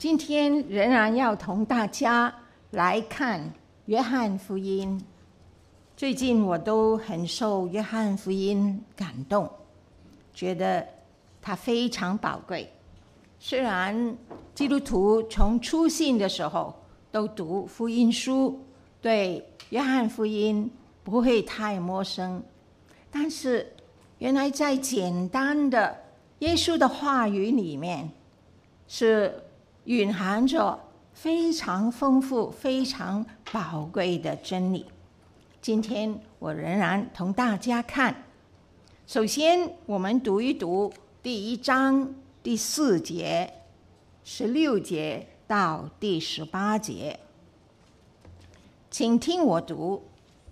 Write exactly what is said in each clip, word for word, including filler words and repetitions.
今天仍然要同大家来看约翰福音。最近我都很受约翰福音感动，觉得它非常宝贵。虽然基督徒从初信的时候都读福音书，对约翰福音不会太陌生，但是原来在简单的耶稣的话语里面，是蕴含着非常丰富、非常宝贵的真理。今天我仍然同大家看。首先，我们读一读第一章第四节、十六节到第十八节，请听我读。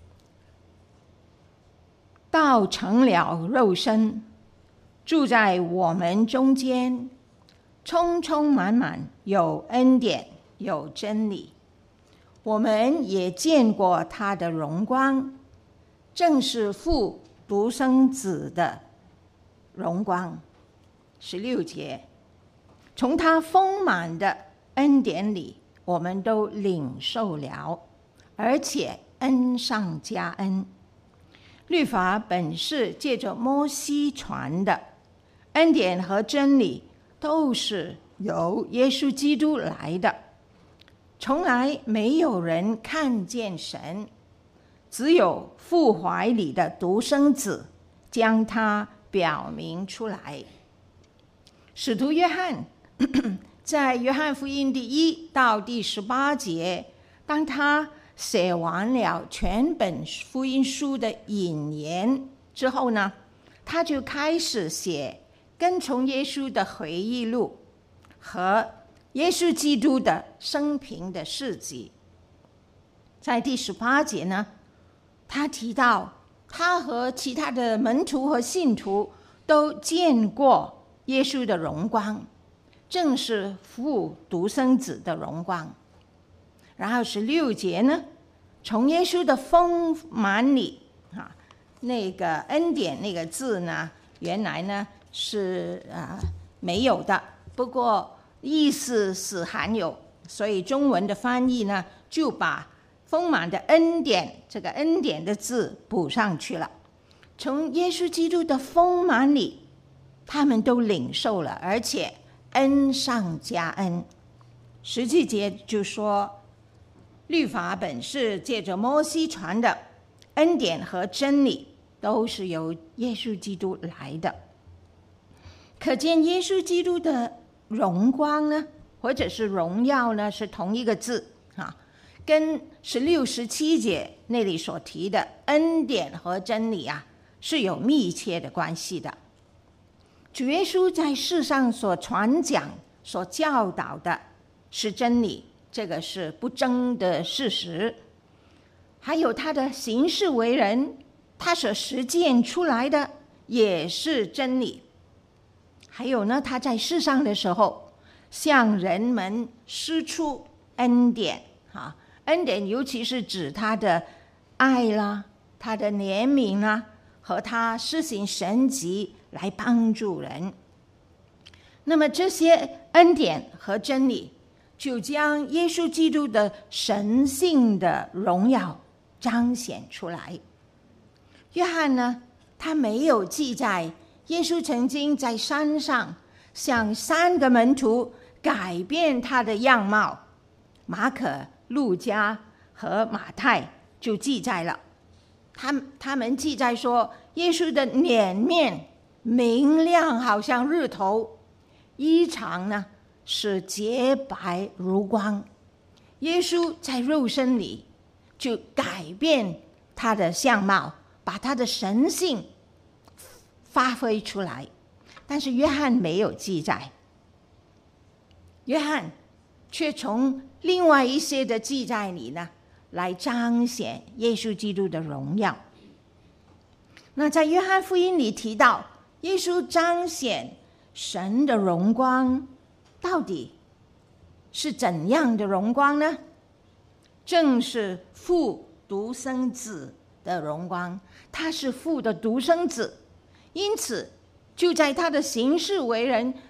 道成了肉身，住在我们中间，充充满满，有恩典，有真理。我们也见过他的荣光，正是父独生子的荣光。十六节，从他丰满的恩典里，我们都领受了，而且恩上加恩。律法本是借着摩西传的，恩典和真理都是由耶稣基督来的。从来没有人看见神，只有父怀里的独生子将他表明出来。使徒约翰在约翰福音第一到第十八节，当他写完了全本福音书的引言之后呢，他就开始写跟从耶稣的回忆录和耶稣基督的生平的事迹。在第十八节呢，他提到他和其他的门徒和信徒都见过耶稣的荣光，正是父独生子的荣光。然后十六节呢，从耶稣的丰满里啊，那个恩典那个字呢，原来呢是啊没有的，不过意思是含有，所以中文的翻译呢就把丰满的恩典这个恩典的字补上去了。从耶稣基督的丰满里，他们都领受了，而且恩上加恩。十七节就说，律法本是借着摩西传的，恩典和真理都是由耶稣基督来的。可见耶稣基督的荣光呢，或者是荣耀呢，是同一个字啊，跟十六、十七节那里所提的恩典和真理啊，是有密切的关系的。主耶稣在世上所传讲、所教导的是真理，这个是不争的事实。还有他的行事为人，他所实践出来的也是真理。还有呢，他在世上的时候向人们施出恩典啊，恩典尤其是指他的爱啦，他的怜悯啦，和他施行神迹来帮助人。那么这些恩典和真理就将耶稣基督的神性的荣耀彰显出来。约翰呢，他没有记载耶稣曾经在山上向三个门徒改变他的样貌，马可、路加和马太就记载了。他他们记载说，耶稣的脸面明亮，好像日头，衣裳呢是洁白如光。耶稣在肉身里就改变他的相貌，把他的神性发挥出来，但是约翰没有记载。约翰却从另外一些的记载里呢，来彰显耶稣基督的荣耀。那在约翰福音里提到，耶稣彰显神的荣光，到底是怎样的荣光呢？正是父独生子的荣光，他是父的独生子，因此就在他的行事为人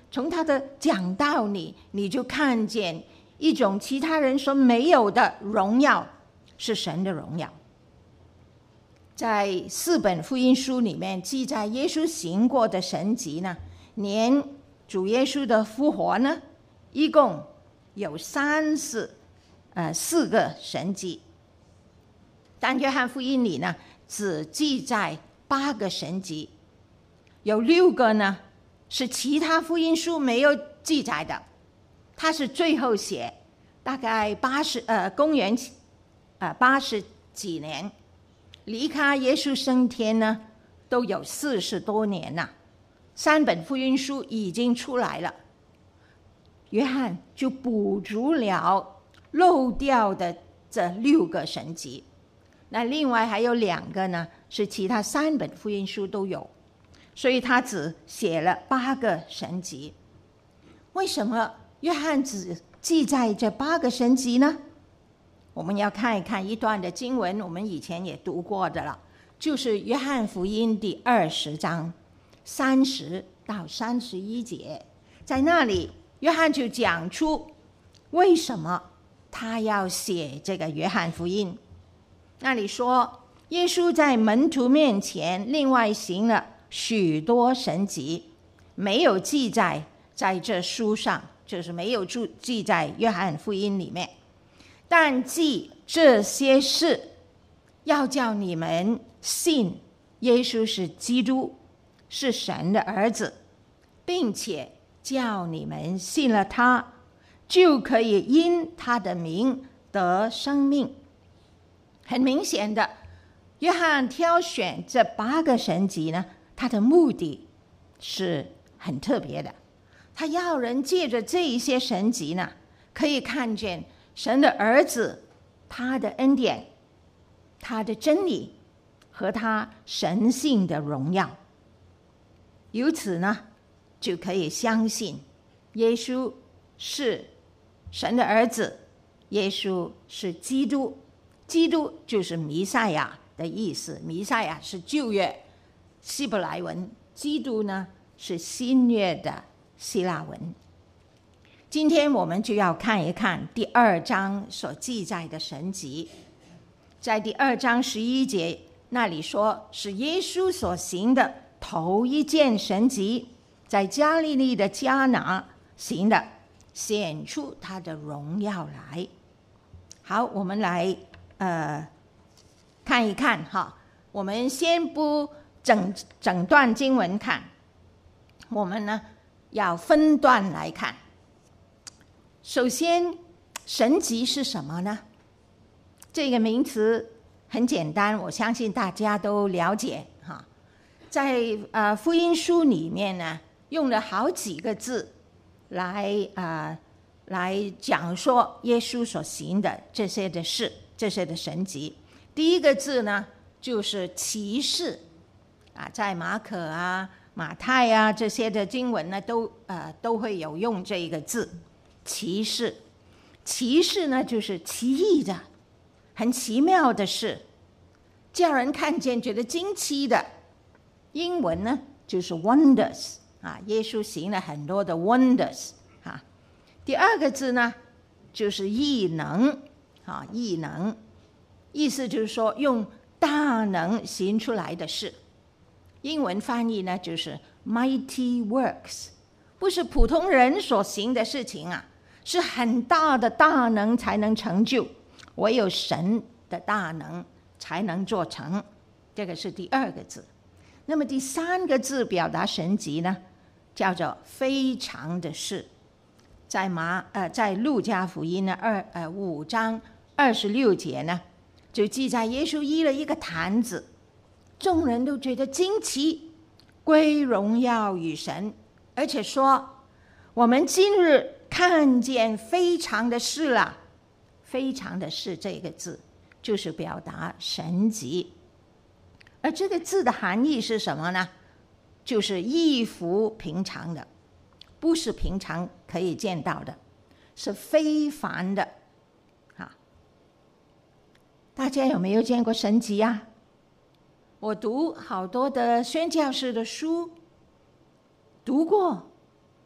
从他的讲道里，你就看见一种其他人所没有的荣耀，是神的荣耀。在四本福音书里面记载耶稣行过的神迹呢，连主耶稣的复活呢，一共有三四呃四个神迹，但约翰福音里呢只记载八个神迹，有六个呢是其他福音书没有记载的，他是最后写，大概八十呃公元呃八十几年，离开耶稣升天呢都有四十多年了，三本福音书已经出来了，约翰就补足了漏掉的这六个神迹。那另外还有两个呢是其他三本福音书都有，所以他只写了八个神迹。为什么约翰只记载这八个神迹呢？我们要看一看一段的经文，我们以前也读过的了，就是约翰福音第二十章三十到三十一节。在那里约翰就讲出为什么他要写这个约翰福音。那里说，耶稣在门徒面前另外行了许多神迹，没有记载在这书上，就是没有记在约翰福音里面。但记这些事，要叫你们信耶稣是基督，是神的儿子，并且叫你们信了他，就可以因他的名得生命。很明显的，约翰挑选这八个神迹呢，他的目的是很特别的，他要人借着这一些神迹呢，可以看见神的儿子他的恩典，他的真理和他神性的荣耀，由此呢就可以相信耶稣是神的儿子，耶稣是基督，基督就是弥赛亚的意思，弥赛亚是旧约希伯来文，基督呢是新约的希腊文。今天我们就要看一看第二章所记载的神迹。在第二章十一节那里说，是耶稣所行的头一件神迹，在加利利的迦拿行的，显出他的荣耀来。好，我们来呃看一看哈。我们先不整整段经文看，我们呢要分段来看。首先，神迹是什么呢？这个名词很简单，我相信大家都了解哈。在呃福音书里面呢，用了好几个字来啊、呃、来讲说耶稣所行的这些的事，这些的神迹。第一个字呢，就是奇事啊，在马可啊、马太啊这些的经文呢，都呃都会有用这个字。奇事，奇事呢就是奇异的、很奇妙的事，叫人看见觉得惊奇的。英文呢就是 wonders 啊，耶稣行了很多的 wonders 啊。第二个字呢就是异能啊，异能，意思就是说用大能行出来的事。英文翻译呢就是 mighty works， 不是普通人所行的事情啊，是很大的大能才能成就，唯有神的大能才能做成。这个是第二个字。那么第三个字表达神迹呢，叫做非常的事。在马呃在路加福音呢二呃五章二十六节呢，就记载耶稣医了一个坛子，众人都觉得惊奇，归荣耀与神，而且说我们今日看见非常的事了。非常的事这个字就是表达神迹，而这个字的含义是什么呢？就是异乎平常的，不是平常可以见到的，是非凡的。好，大家有没有见过神迹啊？我读好多的宣教士的书，读过，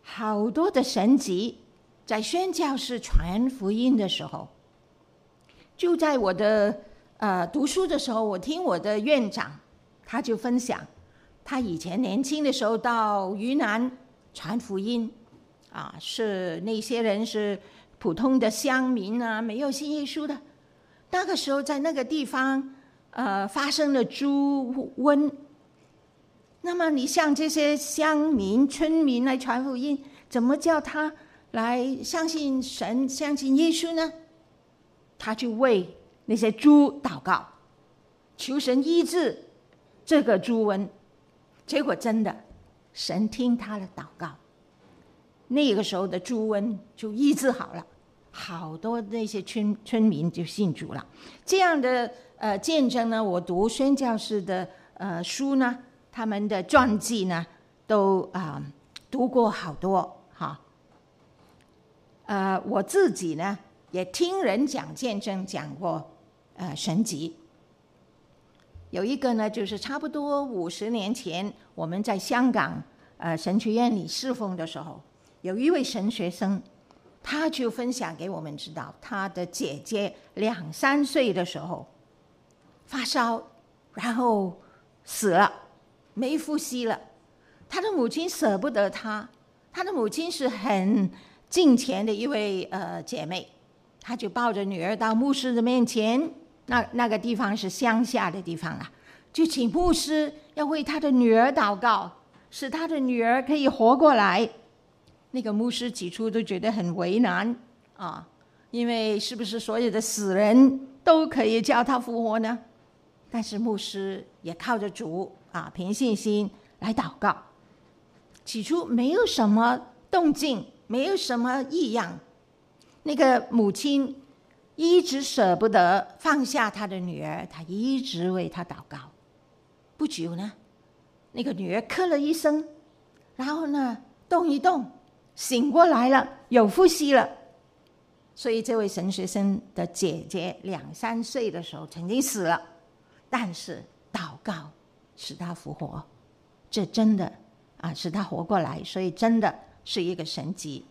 好多的神迹，在宣教士传福音的时候，就在我的呃读书的时候，我听我的院长，他就分享，他以前年轻的时候到云南传福音，啊，是那些人是普通的乡民啊，没有信耶稣的。那个时候在那个地方，呃，发生了猪瘟。那么你像这些乡民、村民来传福音，怎么叫他来相信神、相信耶稣呢？他就为那些猪祷告，求神医治这个猪瘟。结果真的，神听他的祷告，那个时候的猪瘟就医治好了。好多那些村村民就信主了。这样的呃见证呢，我读宣教士的呃书呢，他们的传记呢，都啊、呃、读过好多哈。呃，我自己呢也听人讲见证，讲过呃神迹。有一个呢，就是差不多五十年前，我们在香港呃神学院里侍奉的时候，有一位神学生。他就分享给我们知道，他的姐姐两三岁的时候发烧，然后死了，没呼吸了。他的母亲舍不得他，他的母亲是很敬虔的一位呃姐妹，他就抱着女儿到牧师的面前，那那个地方是乡下的地方啊，就请牧师要为他的女儿祷告，使他的女儿可以活过来。那个牧师起初都觉得很为难啊，因为是不是所有的死人都可以叫他复活呢？但是牧师也靠着主啊，凭信心来祷告。起初没有什么动静，没有什么异样。那个母亲一直舍不得放下她的女儿，她一直为她祷告。不久呢，那个女儿咳了一声，然后呢动一动。醒过来了，有呼吸了。所以这位神学生的姐姐两三岁的时候曾经死了，但是祷告使她复活，这真的啊使她活过来，所以真的是一个神迹。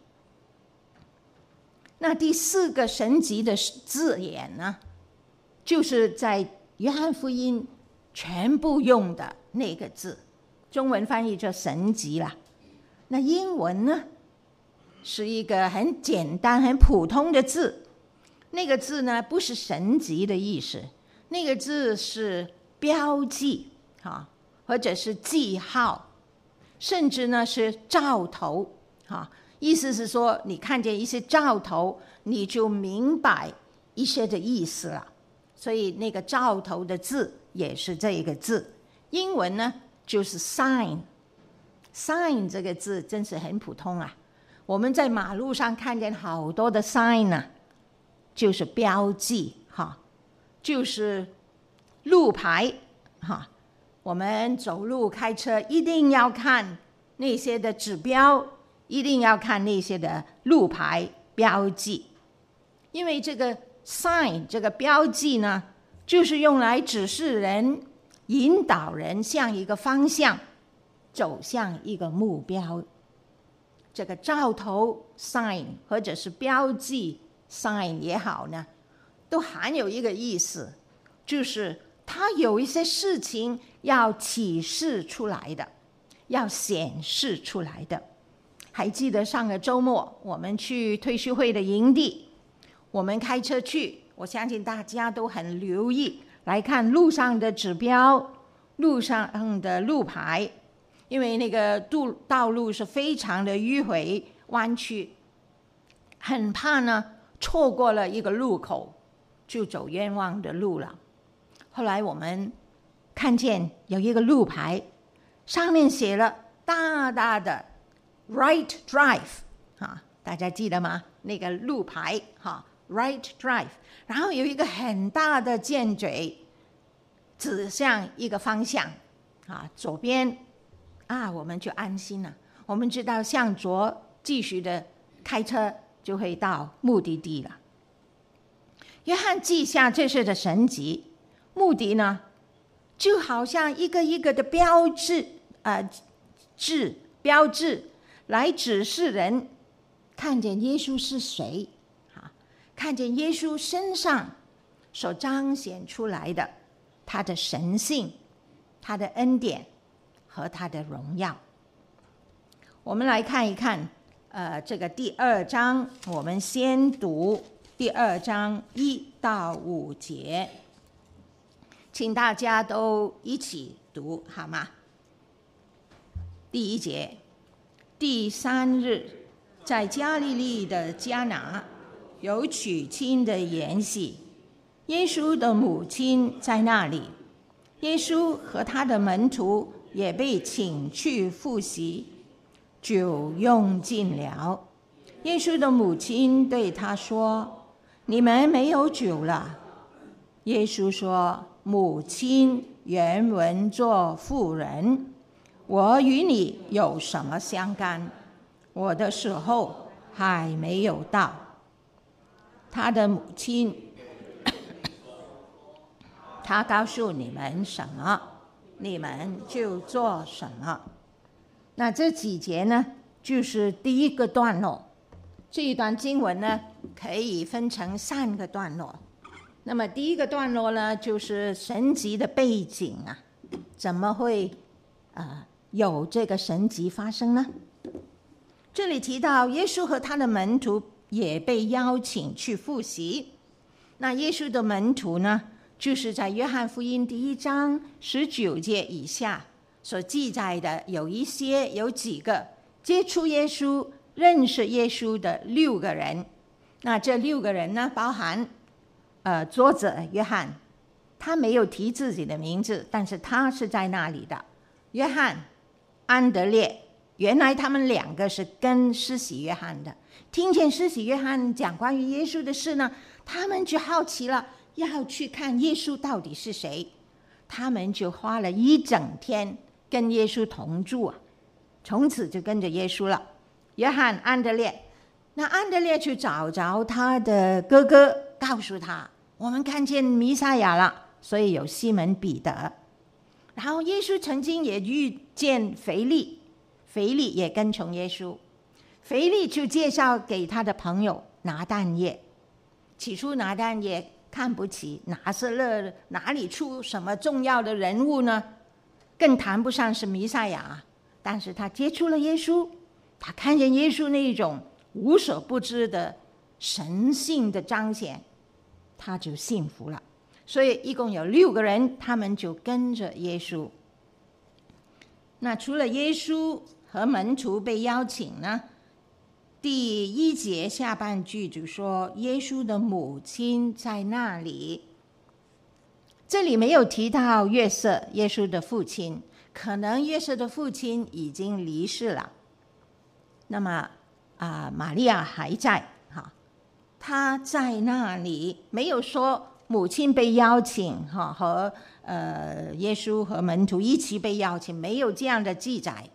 那第四个神迹的字眼呢，就是在约翰福音全部用的那个字，中文翻译叫神迹啦。那英文呢？是一个很简单、很普通的字，那个字呢不是神迹的意思，那个字是标记啊，或者是记号，甚至呢是兆头啊。意思是说，你看见一些兆头，你就明白一些的意思了。所以那个兆头的字也是这一个字，英文呢就是 sign。sign 这个字真是很普通啊。我们在马路上看见好多的 sign 啊，就是标记哈，就是路牌哈。我们走路开车一定要看那些的指标，一定要看那些的路牌标记，因为这个 sign 这个标记呢，就是用来指示人、引导人向一个方向走向一个目标。这个兆头 sign 或者是标记 sign 也好呢，都含有一个意思，就是它有一些事情要启示出来的，要显示出来的。还记得上个周末我们去退休会的营地，我们开车去，我相信大家都很留意来看路上的指标，路上的路牌，因为那个道路是非常的迂回弯曲，很怕呢错过了一个路口就走冤枉的路了。后来我们看见有一个路牌，上面写了大大的 Right Drive 啊，大家记得吗？那个路牌哈 Right Drive， 然后有一个很大的箭嘴指向一个方向啊，左边啊，我们就安心了，我们知道向左继续的开车就会到目的地了。约翰记下这些的神迹，目的呢就好像一个一个的标志呃志标志来指示人看见耶稣是谁，看见耶稣身上所彰显出来的他的神性、他的恩典和他的荣耀。我们来看一看呃，这个第二章，我们先读第二章一到五节，请大家都一起读好吗？第一节，第三日，在加利利的迦拿有娶亲的筵席，耶稣的母亲在那里，耶稣和他的门徒也被请去赴席，酒用尽了。耶稣的母亲对他说：你们没有酒了。耶稣说：母亲，原文作妇人，我与你有什么相干？我的时候还没有到。他的母亲他告诉你们什么，你们就做什么。那这几节呢，就是第一个段落。这一段经文呢，可以分成三个段落。那么第一个段落呢，就是神迹的背景啊，怎么会呃有这个神迹发生呢？这里提到耶稣和他的门徒也被邀请去赴席。那耶稣的门徒呢，就是在约翰福音第一章十九节以下所记载的，有一些有几个接触耶稣、认识耶稣的六个人。那这六个人呢，包含呃作者约翰，他没有提自己的名字，但是他是在那里的。约翰、安德烈，原来他们两个是跟施洗约翰的，听见施洗约翰讲关于耶稣的事呢，他们就好奇了，要去看耶稣到底是谁。他们就花了一整天跟耶稣同住啊，从此就跟着耶稣了。约翰、安德烈，那安德烈去找着他的哥哥，告诉他我们看见弥赛亚了，所以有西门彼得。然后耶稣曾经也遇见腓利，腓利也跟从耶稣，腓利就介绍给他的朋友拿但业。起初拿但业看不起拿撒勒，哪里出什么重要的人物呢？更谈不上是弥赛亚。但是他接触了耶稣，他看见耶稣那种无所不知的神性的彰显，他就信服了。所以一共有六个人，他们就跟着耶稣。那除了耶稣和门徒被邀请呢，第一节下半句就说耶稣的母亲在那里。这里没有提到约瑟，耶稣的父亲，可能约瑟的父亲已经离世了。那么啊，玛利亚还在哈，她在那里，没有说母亲被邀请哈，和呃耶稣和门徒一起被邀请，没有这样的记载。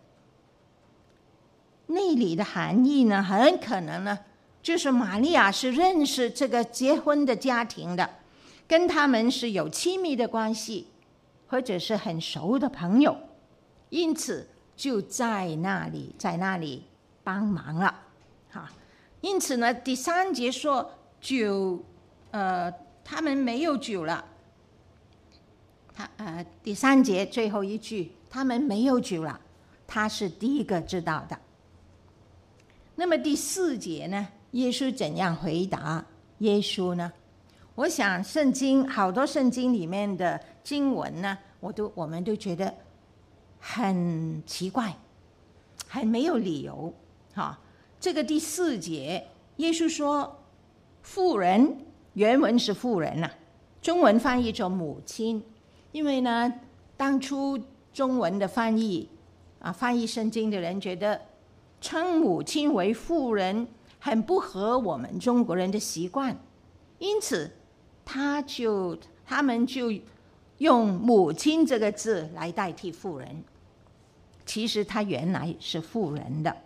那里的含义呢，很可能呢，就是玛利亚是认识这个结婚的家庭的，跟他们是有亲密的关系，或者是很熟的朋友，因此就在那里，在那里帮忙了。哈，因此呢，第三节说酒，呃，他们没有酒了。他呃，第三节最后一句，他们没有酒了，他是第一个知道的。那么第四节呢，耶稣怎样回答耶稣呢？我想圣经好多圣经里面的经文呢，我都我们都觉得很奇怪，很没有理由。哈，这个第四节，耶稣说妇人，原文是妇人啊，中文翻译成母亲。因为呢，当初中文的翻译啊，翻译圣经的人觉得称母亲为妇人很不合我们中国人的习惯，因此他就他们就用母亲这个字来代替妇人。其实他原来是妇人的。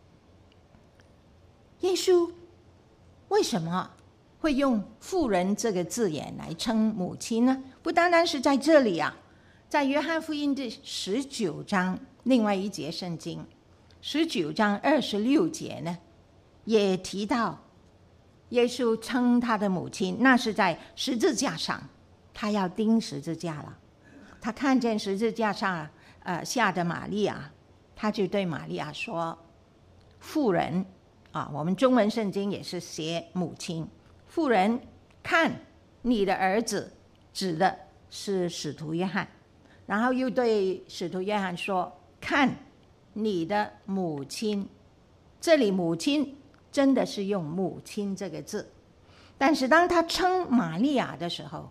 耶稣为什么会用妇人这个字眼来称母亲呢？不单单是在这里啊，在约翰福音第十九章另外一节圣经， 十九章二十六节呢，也提到耶稣称他的母亲，那是在十字架上，他要钉十字架了。他看见十字架上呃下的玛利亚，他就对玛利亚说：“妇人啊，我们中文圣经也是写母亲，妇人，看你的儿子。”指的是使徒约翰，然后又对使徒约翰说：“看你的母亲。”这里母亲真的是用母亲这个字，但是当他称玛利亚的时候，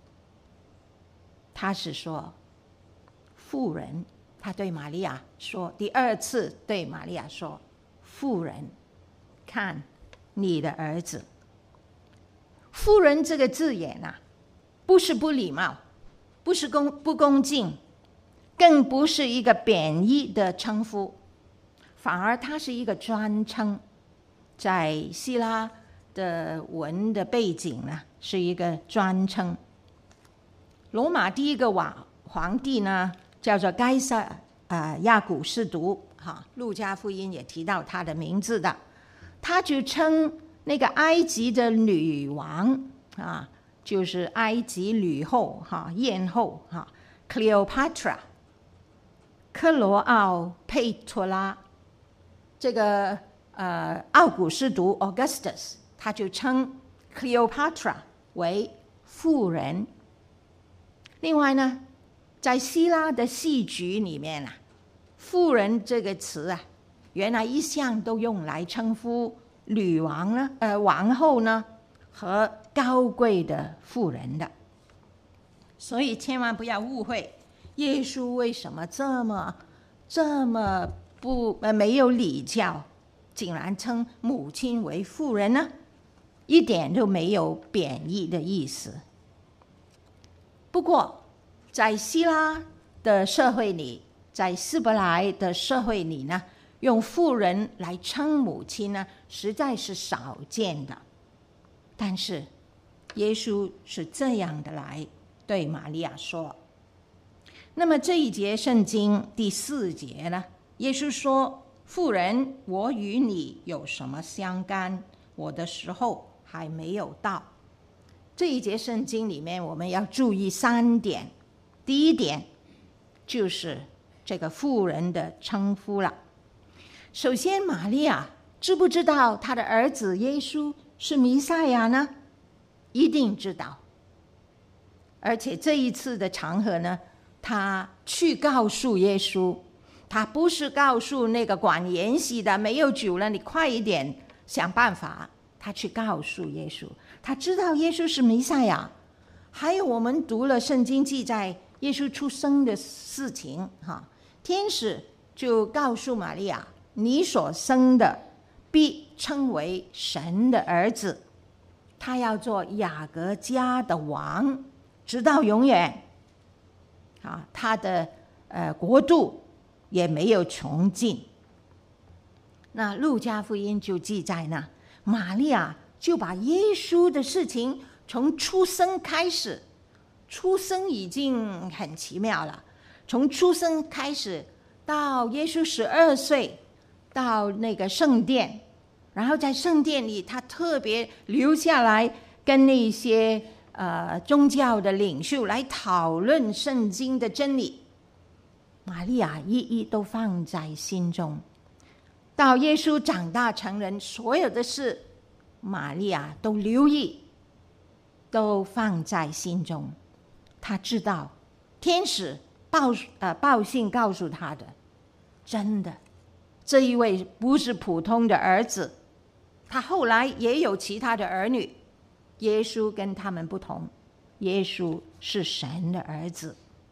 他是说妇人。他对玛利亚说，第二次对玛利亚说：“妇人，看你的儿子。”妇人这个字眼啊，不是不礼貌，不是恭不恭敬，更不是一个贬义的称呼，反而它是一个专称。在希腊的文的背景呢，是一个专称。罗马第一个王皇帝呢，叫做该撒呃亚古士读，哈，路加福音也提到他的名字的。他就称那个埃及的女王啊，就是埃及女后哈，艳后哈 ，Cleopatra， 克罗奥佩托拉，这个呃奥古斯都 Augustus， 他就称 Cleopatra 为妇人。另外呢，在希腊的戏剧里面啊，妇人这个词啊，原来一向都用来称呼女王呢，呃王后呢和高贵的妇人的。所以千万不要误会，耶稣为什么这么这么不呃没有礼教，竟然称母亲为妇人呢？一点都没有贬义的意思。不过在希腊的社会里，在希伯来的社会里呢，用妇人来称母亲呢，实在是少见的。但是耶稣是这样的来对玛利亚说。那么这一节圣经第四节呢，耶稣说：“妇人，我与你有什么相干？我的时候还没有到。”这一节圣经里面，我们要注意三点。第一点就是这个妇人的称呼了。首先，玛利亚知不知道她的儿子耶稣是弥赛亚呢？一定知道。而且这一次的场合呢，她去告诉耶稣，她不是告诉那个管筵席的，没有酒了，你快一点想办法。她去告诉耶稣，她知道耶稣是弥赛亚。还有我们读了圣经记载耶稣出生的事情，哈，天使就告诉玛利亚，你所生的必称为神的儿子，他要做雅各家的王，直到永远。啊，他的呃国度也没有穷尽。那路加福音就记载呢，玛利亚就把耶稣的事情从出生开始，出生已经很奇妙了，从出生开始到耶稣十二岁，到那个圣殿，然后在圣殿里，他特别留下来跟那些呃宗教的领袖来讨论圣经的真理。玛利亚一一都放在心中。到耶稣长大成人，所有的事，玛利亚都留意，都放在心中。他知道天使报呃报信告诉他的，真的这一位不是普通的儿子，他后来也有其他的儿女，耶稣跟他们不同，耶稣是神的儿子。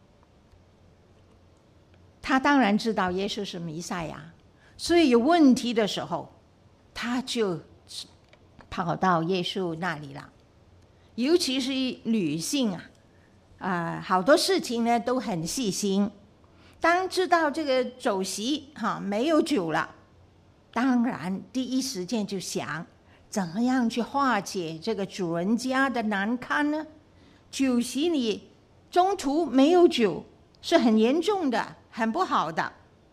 他当然知道耶稣是弥赛亚，所以有问题的时候，他就跑到耶稣那里了。尤其是女性啊，啊、呃，好多事情呢都很细心。当知道这个酒席哈没有酒了，当然第一时间就想怎么样去化解这个主人家的难堪呢？酒席里中途没有酒是很严重的，很不好的。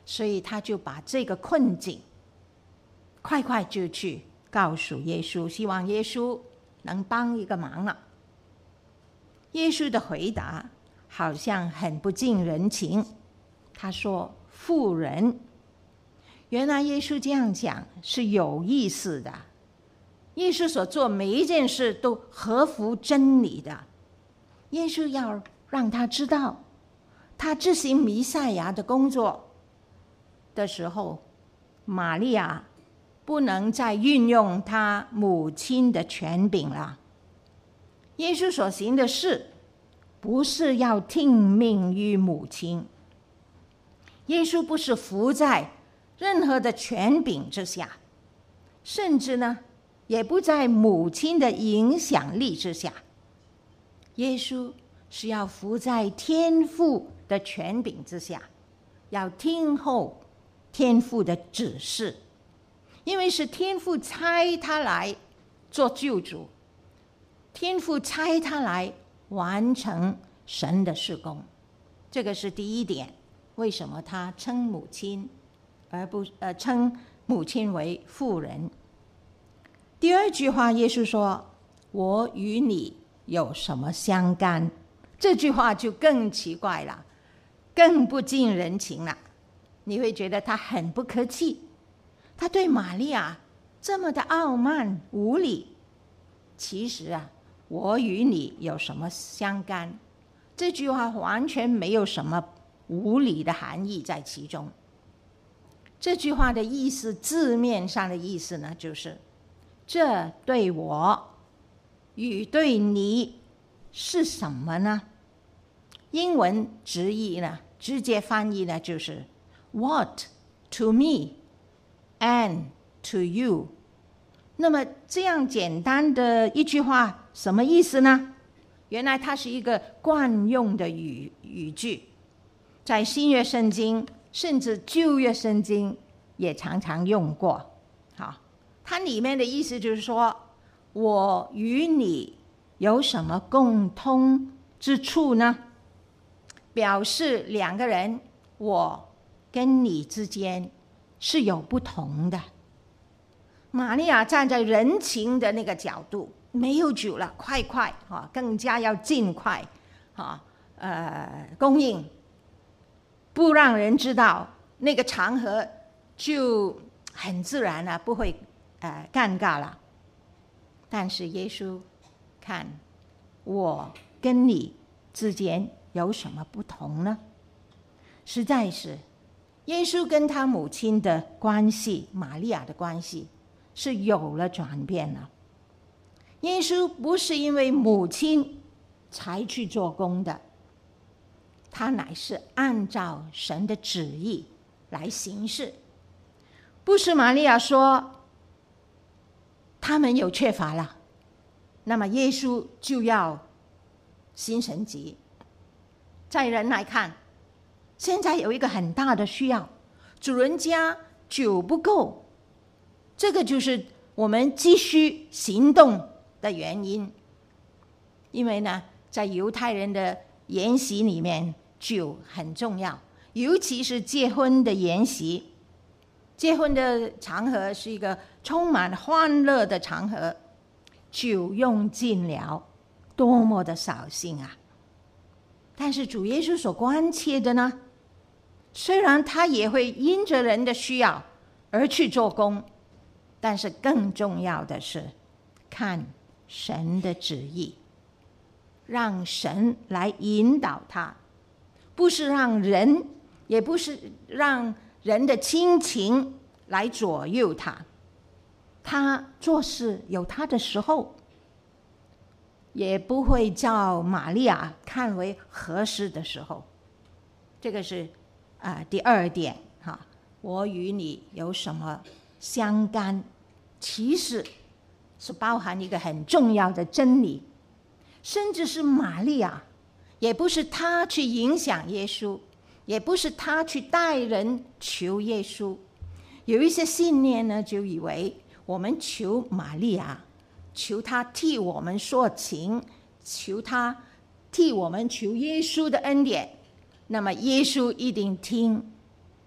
所以他就把这个困境快快就去告诉耶稣，希望耶稣能帮一个忙了。耶稣的回答好像很不近人情，他说：“妇人。”原来耶稣这样讲是有意思的。耶稣所做每一件事都合乎真理的。耶稣要让他知道，他执行弥赛亚的工作的时候，玛利亚不能再运用他母亲的权柄了。耶稣所行的事不是要听命于母亲，耶稣不是服在任何的权柄之下，甚至呢也不在母亲的影响力之下。耶稣是要服在天父的权柄之下，要听候天父的指示，因为是天父差他来做救主，天父差他来完成神的事工。这个是第一点，为什么他称母亲而不呃称母亲为妇人。第二句话，耶稣说：“我与你有什么相干？”这句话就更奇怪了，更不近人情了。你会觉得他很不客气，他对玛利亚这么的傲慢无礼。其实啊，我与你有什么相干？这句话完全没有什么无理的含义在其中。这句话的意思，字面上的意思呢，就是这对我与对你是什么呢？英文直译呢，直接翻译呢，就是 What to me and to you。 那么这样简单的一句话什么意思呢？原来它是一个惯用的语语句，在新约圣经甚至旧约圣经也常常用过。好，它里面的意思就是说，我与你有什么共通之处呢？表示两个人，我跟你之间是有不同的。玛利亚站在人情的那个角度，没有酒了，快快啊，更加要尽快啊，呃，供应，不让人知道，那个场合就很自然了，不会呃尴尬了。但是耶稣看，我跟你之间有什么不同呢？实在是，耶稣跟他母亲的关系，玛利亚的关系是有了转变了。耶稣不是因为母亲才去做工的，他乃是按照神的旨意来行事。不是玛利亚说他们有缺乏了，那么耶稣就要行神迹。在人来看，现在有一个很大的需要，主人家酒不够，这个就是我们急需行动的原因。因为呢，在犹太人的筵席里面，酒很重要，尤其是结婚的筵席。结婚的场合是一个充满欢乐的场合，酒用尽了，多么的扫兴啊！但是主耶稣所关切的呢，虽然他也会因着人的需要而去做工，但是更重要的是看神的旨意，让神来引导他，不是让人，也不是让人的亲情来左右他。他做事有他的时候，也不会叫玛利亚看为合适的时候。这个是啊、呃、第二点哈，我与你有什么相干？其实是包含一个很重要的真理，甚至是玛利亚，也不是他去影响耶稣，也不是他去带人求耶稣。有一些信念呢，就以为我们求玛利亚，求他替我们说情，求他替我们求耶稣的恩典，那么耶稣一定听。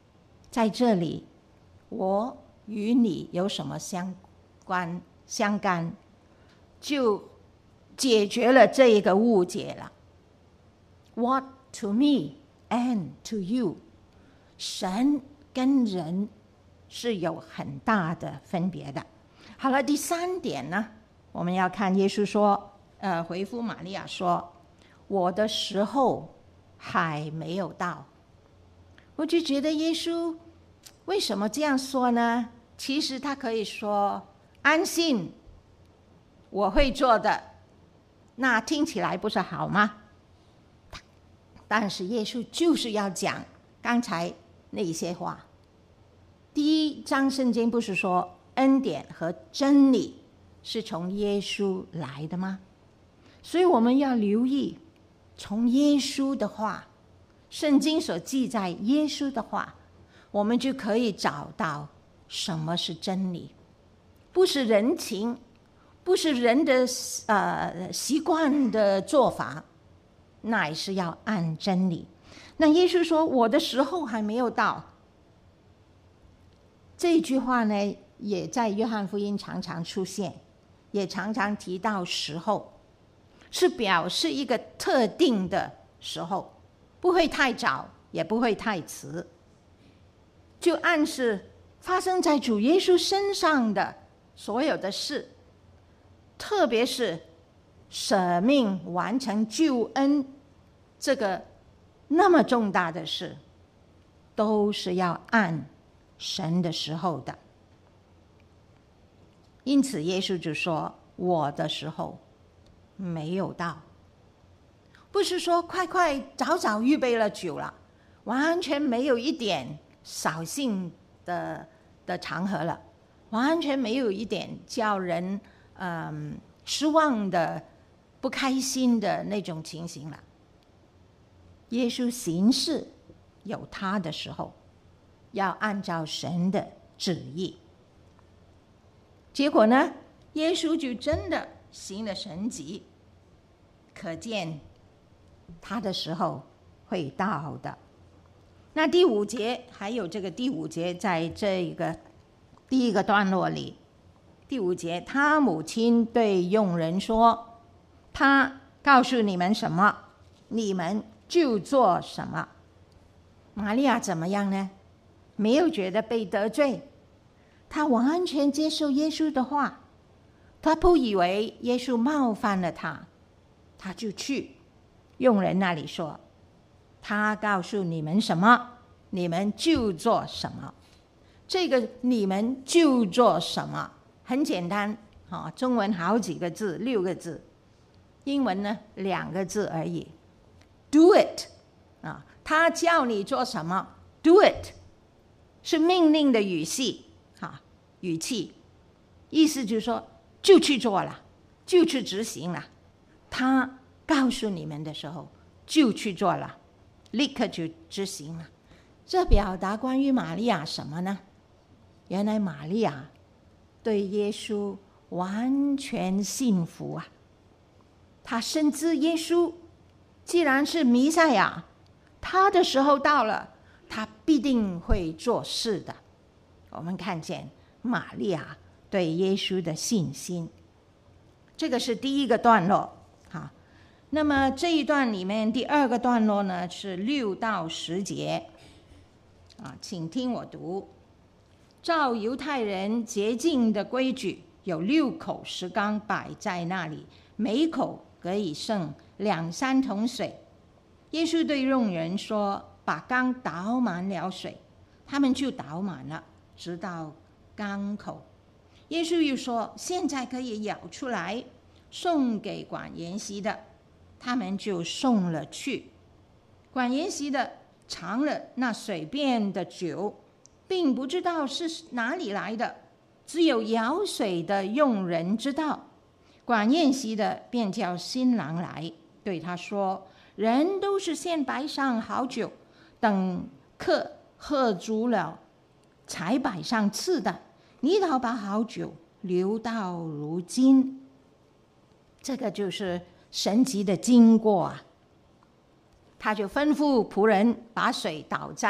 在这里，我与你有什么相关相干，就解决了这一个误解了。What to me and to you， 神跟人是有很大的分别的。好了，第三点呢，我们要看耶稣说，呃，回复玛利亚说，我的时候还没有到。我就觉得耶稣为什么这样说呢？其实他可以说安心，我会做的，那听起来不是好吗？但是耶稣就是要讲刚才那些话。第一章圣经不是说恩典和真理是从耶稣来的吗？所以我们要留意从耶稣的话，圣经所记载耶稣的话，我们就可以找到什么是真理。不是人情，不是人的呃习惯的做法，乃是要按真理。那耶稣说我的时候还没有到，这句话呢也在约翰福音常常出现，也常常提到时候，是表示一个特定的时候，不会太早也不会太迟，就暗示发生在主耶稣身上的所有的事，特别是舍命完成救恩这个那么重大的事，都是要按神的时候的。因此耶稣就说我的时候没有到，不是说快快早早预备了酒了，完全没有一点扫兴的的场合了，完全没有一点叫人嗯失望的不开心的那种情形了。耶稣行事有他的时候，要按照神的旨意。结果呢，耶稣就真的行了神迹，可见他的时候会到的。那第五节还有这个第五节，在这个第一个段落里，第五节，他母亲对佣人说，他告诉你们什么，你们就做什么。玛利亚怎么样呢？没有觉得被得罪，他完全接受耶稣的话，他不以为耶稣冒犯了他，他就去佣人那里说，他告诉你们什么，你们就做什么。这个你们就做什么很简单、哦、中文好几个字，六个字，英文呢两个字而已， do it、啊、他叫你做什么 do it， 是命令的语气、啊、语气，意思就是说就去做了，就去执行了。他告诉你们的时候就去做了，立刻就执行了。这表达关于玛利亚什么呢？原来玛利亚对耶稣完全信服啊，他深知耶稣既然是弥赛亚，他的时候到了，他必定会做事的。我们看见玛利亚对耶稣的信心，这个是第一个段落。好，那么这一段里面第二个段落呢是六到十节啊，请听我读。照犹太人洁净的规矩，有六口石缸摆在那里，每口可以盛两三桶水。耶稣对佣人说，把缸倒满了水，他们就倒满了，直到缸口。耶稣又说，现在可以舀出来，送给管筵席的，他们就送了去。管筵席的尝了那水变的酒，并不知道是哪里来的，只有舀水的佣人知道。管宴席的便叫新郎来，对他说，人都是先摆上好酒，等客喝足了才摆上次的，你倒把好酒留到如今。这个就是神迹的经过啊。他就吩咐仆人把水倒在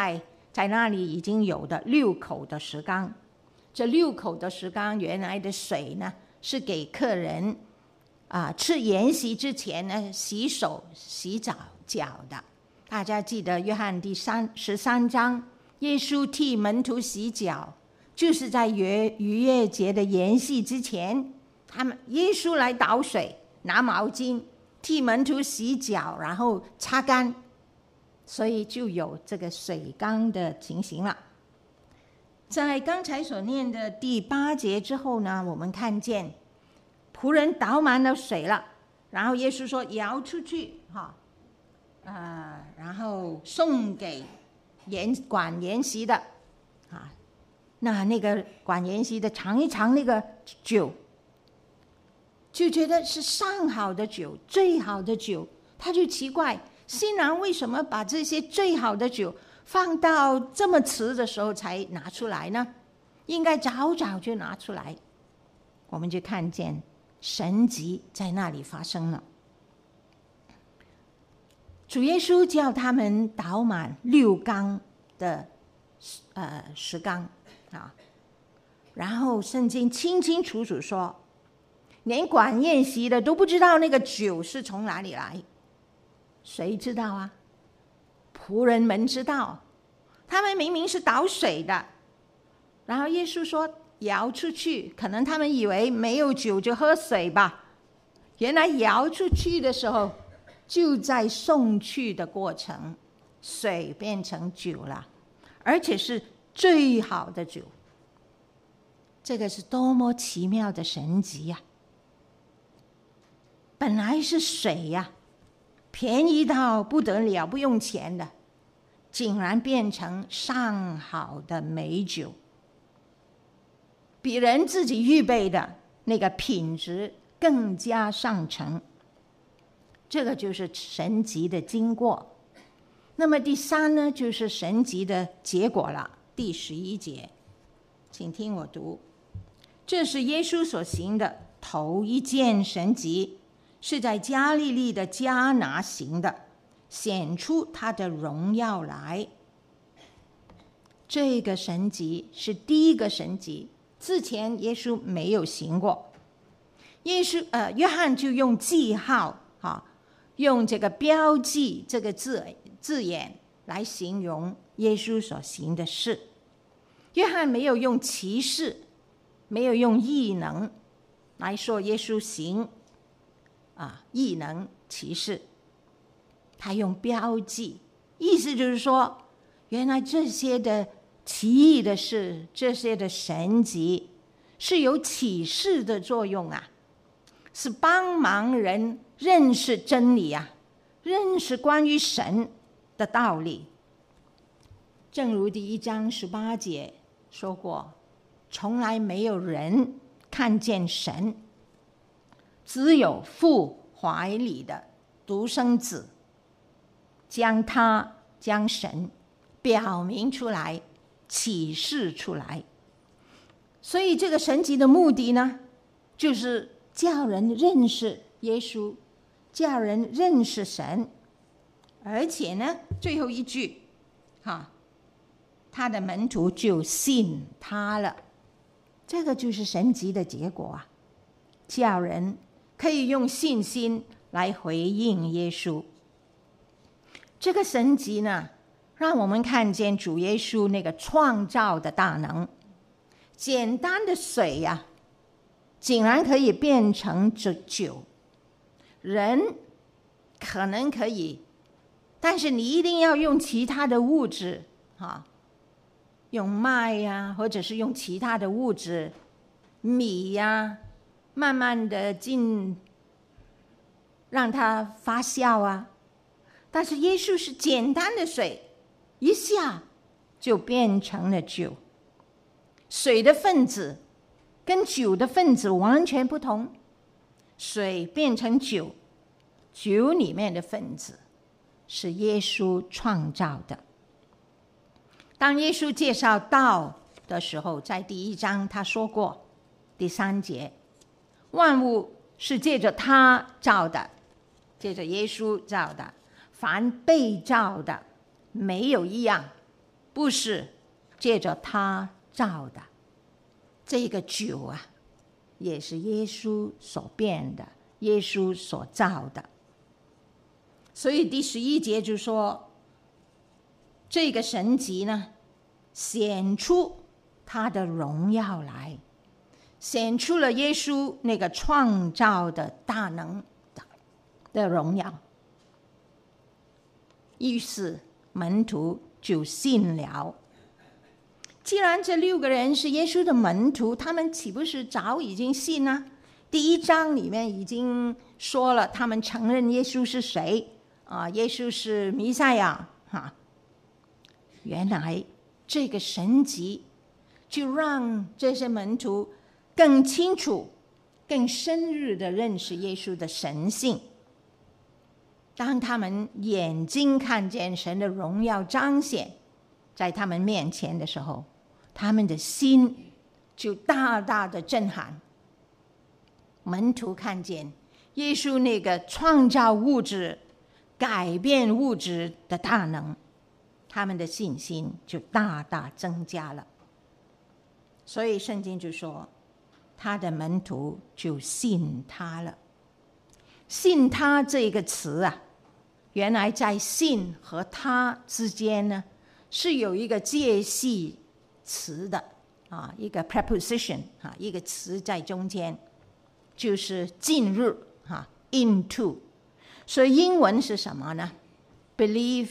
在那里已经有的六口的石缸。这六口的石缸原来的水呢，是给客人啊吃筵席之前呢洗手洗澡脚的。大家记得约翰第三十三章，耶稣替门徒洗脚，就是在逾逾越节的筵席之前，他们耶稣来倒水，拿毛巾替门徒洗脚，然后擦干，所以就有这个水缸的情形了。在刚才所念的第八节之后呢，我们看见仆人倒满了水了，然后耶稣说舀出去哈，呃，然后送给筵管筵席的啊。那那个管筵席的尝一尝那个酒，就觉得是上好的酒，最好的酒，他就奇怪新郎为什么把这些最好的酒放到这么迟的时候才拿出来呢？应该早早就拿出来。我们就看见神迹在那里发生了。主耶稣叫他们倒满六缸的呃石缸啊，然后圣经清清楚楚说，连管宴席的都不知道那个酒是从哪里来。谁知道啊？仆人们知道，他们明明是倒水的，然后耶稣说舀出去，可能他们以为没有酒就喝水吧，原来舀出去的时候就在送去的过程，水变成酒了，而且是最好的酒。这个是多么奇妙的神迹呀！本来是水呀，便宜到不得了，不用钱的，竟然变成上好的美酒，比人自己预备的那个品质更加上乘。这个就是神迹的经过。那么第三呢，就是神迹的结果了。第十一节，请听我读。这是耶稣所行的头一件神迹，是在加利利的迦拿行的，显出他的荣耀来。这个神迹是第一个神迹，之前耶稣没有行过。耶稣呃，约翰就用记号啊，用这个标记这个字字眼来形容耶稣所行的事。约翰没有用奇事，没有用异能来说耶稣行啊异能奇事，他用标记，意思就是说，原来这些的奇异的事，这些的神迹是有启示的作用啊，是帮忙人认识真理啊，认识关于神的道理。正如第一章十八节说过，从来没有人看见神，只有父怀里的独生子将他将神表明出来，启示出来。所以这个神迹的目的呢，就是叫人认识耶稣，叫人认识神。而且呢，最后一句哈，他的门徒就信他了。这个就是神迹的结果啊，叫人可以用信心来回应耶稣。这个神迹呢，让我们看见主耶稣那个创造的大能。简单的水呀、啊，竟然可以变成酒。人可能可以，但是你一定要用其他的物质啊，用麦呀、啊，或者是用其他的物质，米呀、啊，慢慢的进，让它发酵啊。但是耶稣是简单的水，一下就变成了酒。水的分子跟酒的分子完全不同，水变成酒，酒里面的分子是耶稣创造的。当耶稣介绍道的时候，在第一章他说过，第三节，万物是借着他造的，借着耶稣造的，凡被造的没有一样不是借着他造的。这个酒啊，也是耶稣所变的，耶稣所造的。所以第十一节就说，这个神迹呢，显出他的荣耀来，显出了耶稣那个创造的大能的荣耀。于是门徒就信了。既然这六个人是耶稣的门徒，他们岂不是早已经信呢？第一章里面已经说了，他们承认耶稣是谁啊？耶稣是弥赛亚哈。原来这个神迹就让这些门徒更清楚、更深入的认识耶稣的神性。当他们眼睛看见神的荣耀彰显在他们面前的时候，他们的心就大大的震撼。门徒看见耶稣那个创造物质、改变物质的大能，他们的信心就大大增加了。所以圣经就说，他的门徒就信他了。信他这个词啊，原来在信和他之间呢，是有一个介系词的啊，一个 preposition 啊，一个词在中间，就是进入啊 into。所以英文是什么呢？ Believe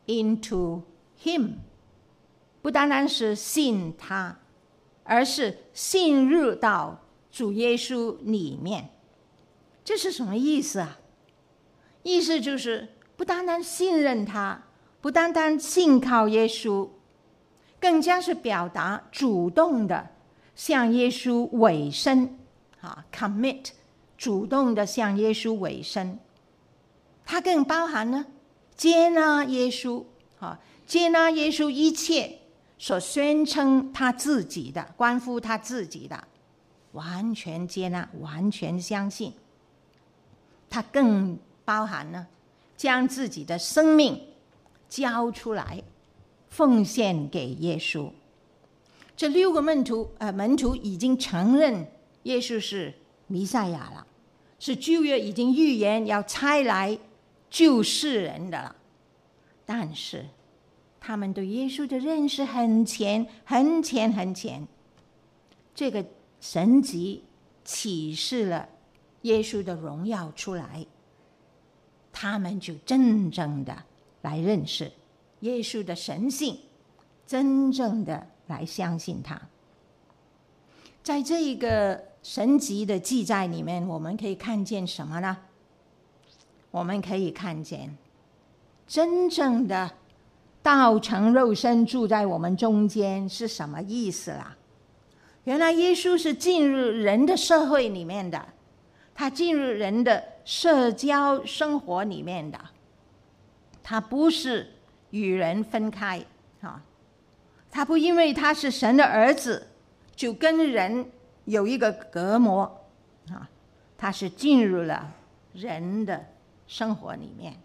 into him， 不单单是信他，而是信入到主耶稣里面。这是什么意思啊？意思就是不单单信任他，不单单信靠耶稣，更加是表达主动的向耶稣委身啊 commit， 主动的向耶稣委身。它更包含呢接纳耶稣啊，接纳耶稣一切所宣称他自己的，关乎他自己的，完全接纳，完全相信。它更包含呢将自己的生命交出来，奉献给耶稣。这六个门徒呃门徒已经承认耶稣是弥赛亚了，是旧约已经预言要差来救世人的了。但是他们对耶稣的认识很浅很浅很浅。这个神迹启示了耶稣的荣耀出来，他们就真正的来认识耶稣的神性，真正的来相信他。在这个神迹的记载里面，我们可以看见什么呢？我们可以看见真正的道成肉身住在我们中间是什么意思啦？原来耶稣是进入人的社会里面的，他进入人的社交生活里面的，他不是与人分开啊，他不因为他是神的儿子就跟人有一个隔膜啊，他是进入了人的生活里面。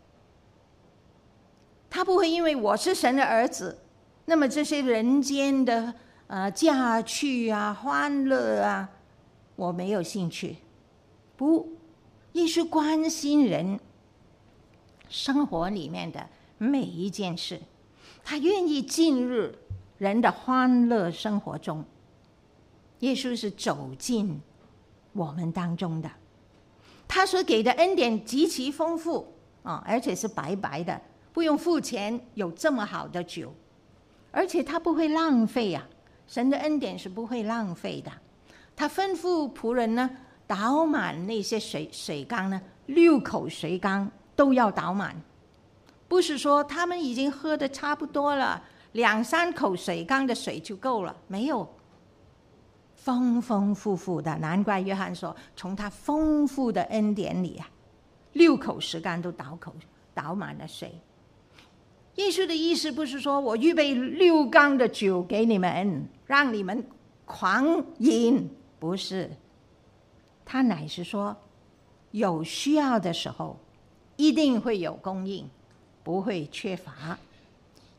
他不会因为我是神的儿子，那么这些人间的呃嫁娶啊、欢乐啊，我没有兴趣。不，耶稣关心人生活里面的每一件事，他愿意进入人的欢乐生活中。耶稣是走进我们当中的，他所给的恩典极其丰富啊，而且是白白的，不用付钱，有这么好的酒，而且他不会浪费啊，神的恩典是不会浪费的。他吩咐仆人呢，倒满那些水水缸呢，六口水缸都要倒满，不是说他们已经喝的差不多了，两三口水缸的水就够了，没有，丰丰富富的。难怪约翰说，从他丰富的恩典里啊，六口石缸都倒口倒满了水。耶稣的意思不是说我预备六缸的酒给你们，让你们狂饮，不是，他乃是说有需要的时候一定会有供应，不会缺乏。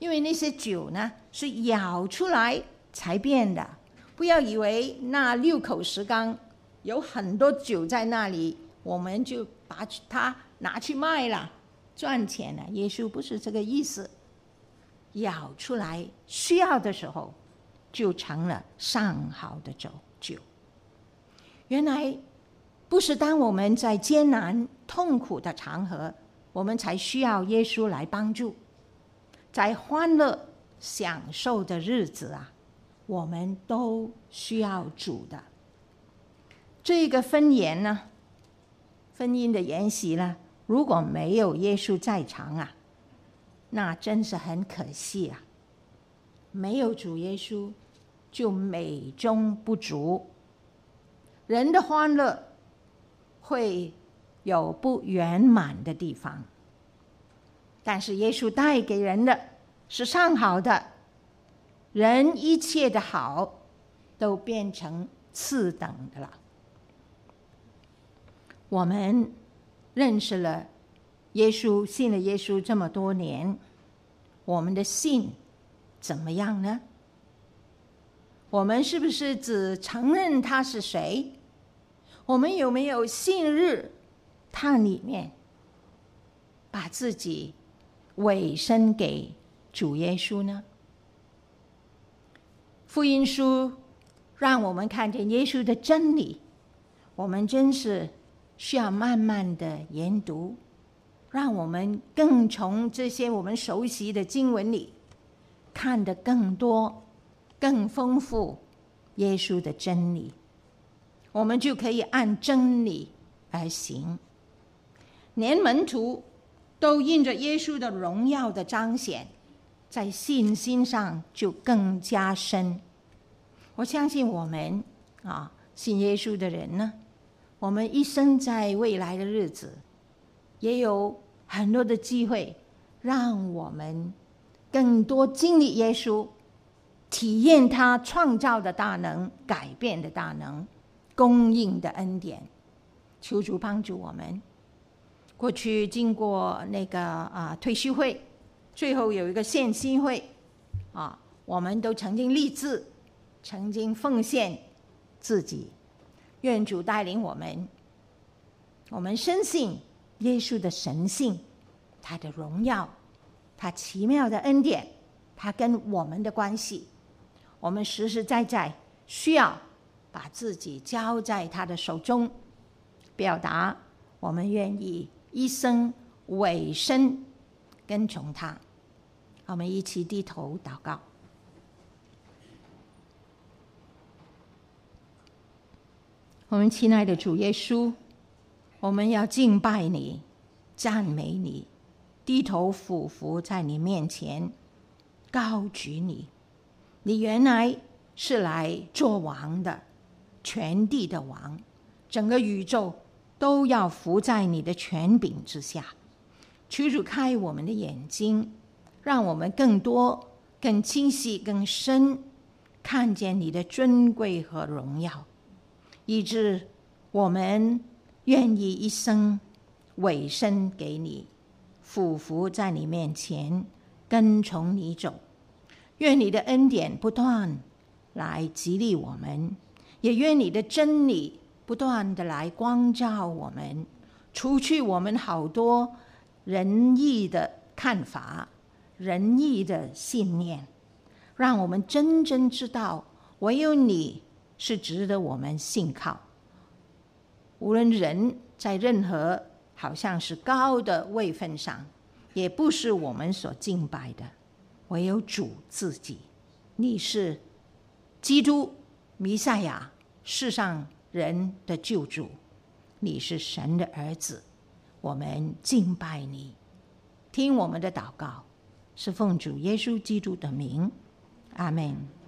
因为那些酒呢是舀出来才变的。不要以为那六口石缸有很多酒在那里，我们就把它拿去卖了，赚钱了。耶稣不是这个意思，舀出来需要的时候就成了上好的酒。原来不是当我们在艰难痛苦的场合，我们才需要耶稣来帮助，在欢乐享受的日子啊，我们都需要主的。这个婚宴呢，婚姻的筵席呢，如果没有耶稣在场啊，那真是很可惜啊。没有主耶稣，就美中不足。人的欢乐会有不圆满的地方，但是耶稣带给人的是上好的，人一切的好都变成次等的了。我们认识了耶稣，信了耶稣这么多年，我们的信怎么样呢？我们是不是只承认他是谁？我们有没有信日他里面把自己委身给主耶稣呢？福音书让我们看见耶稣的真理，我们真是需要慢慢的研读，让我们更从这些我们熟悉的经文里看得更多更丰富耶稣的真理，我们就可以按真理而行。连门徒都因着耶稣的荣耀的彰显，在信心上就更加深。我相信我们啊，信耶稣的人呢，我们一生在未来的日子也有很多的机会，让我们更多经历耶稣，体验他创造的大能，改变的大能，供应的恩典。求主帮助我们。过去经过那个啊退休会，最后有一个献心会啊，我们都曾经立志，曾经奉献自己。愿主带领我们，我们深信耶稣的神性，他的荣耀，他奇妙的恩典，他跟我们的关系，我们实实在在需要把自己交在他的手中，表达我们愿意一生委身跟从他。我们一起低头祷告。我们亲爱的主耶稣，我们要敬拜你，赞美你，低头俯伏在你面前，高举你。你原来是来做王的，全地的王，整个宇宙都要服在你的权柄之下。求主开我们的眼睛，让我们更多、更清晰、更深看见你的尊贵和荣耀，以致我们愿意一生委身给你，俯伏在你面前，跟从你走。愿你的恩典不断来激励我们，也愿你的真理不断的来光照我们，除去我们好多仁义的看法、仁义的信念，让我们真正知道唯有你是值得我们信靠。无论人在任何好像是高的位分上，也不是我们所敬拜的，唯有主自己。你是基督弥赛亚，世上人的救主，你是神的儿子，我们敬拜你。听我们的祷告，是奉主耶稣基督的名，阿们。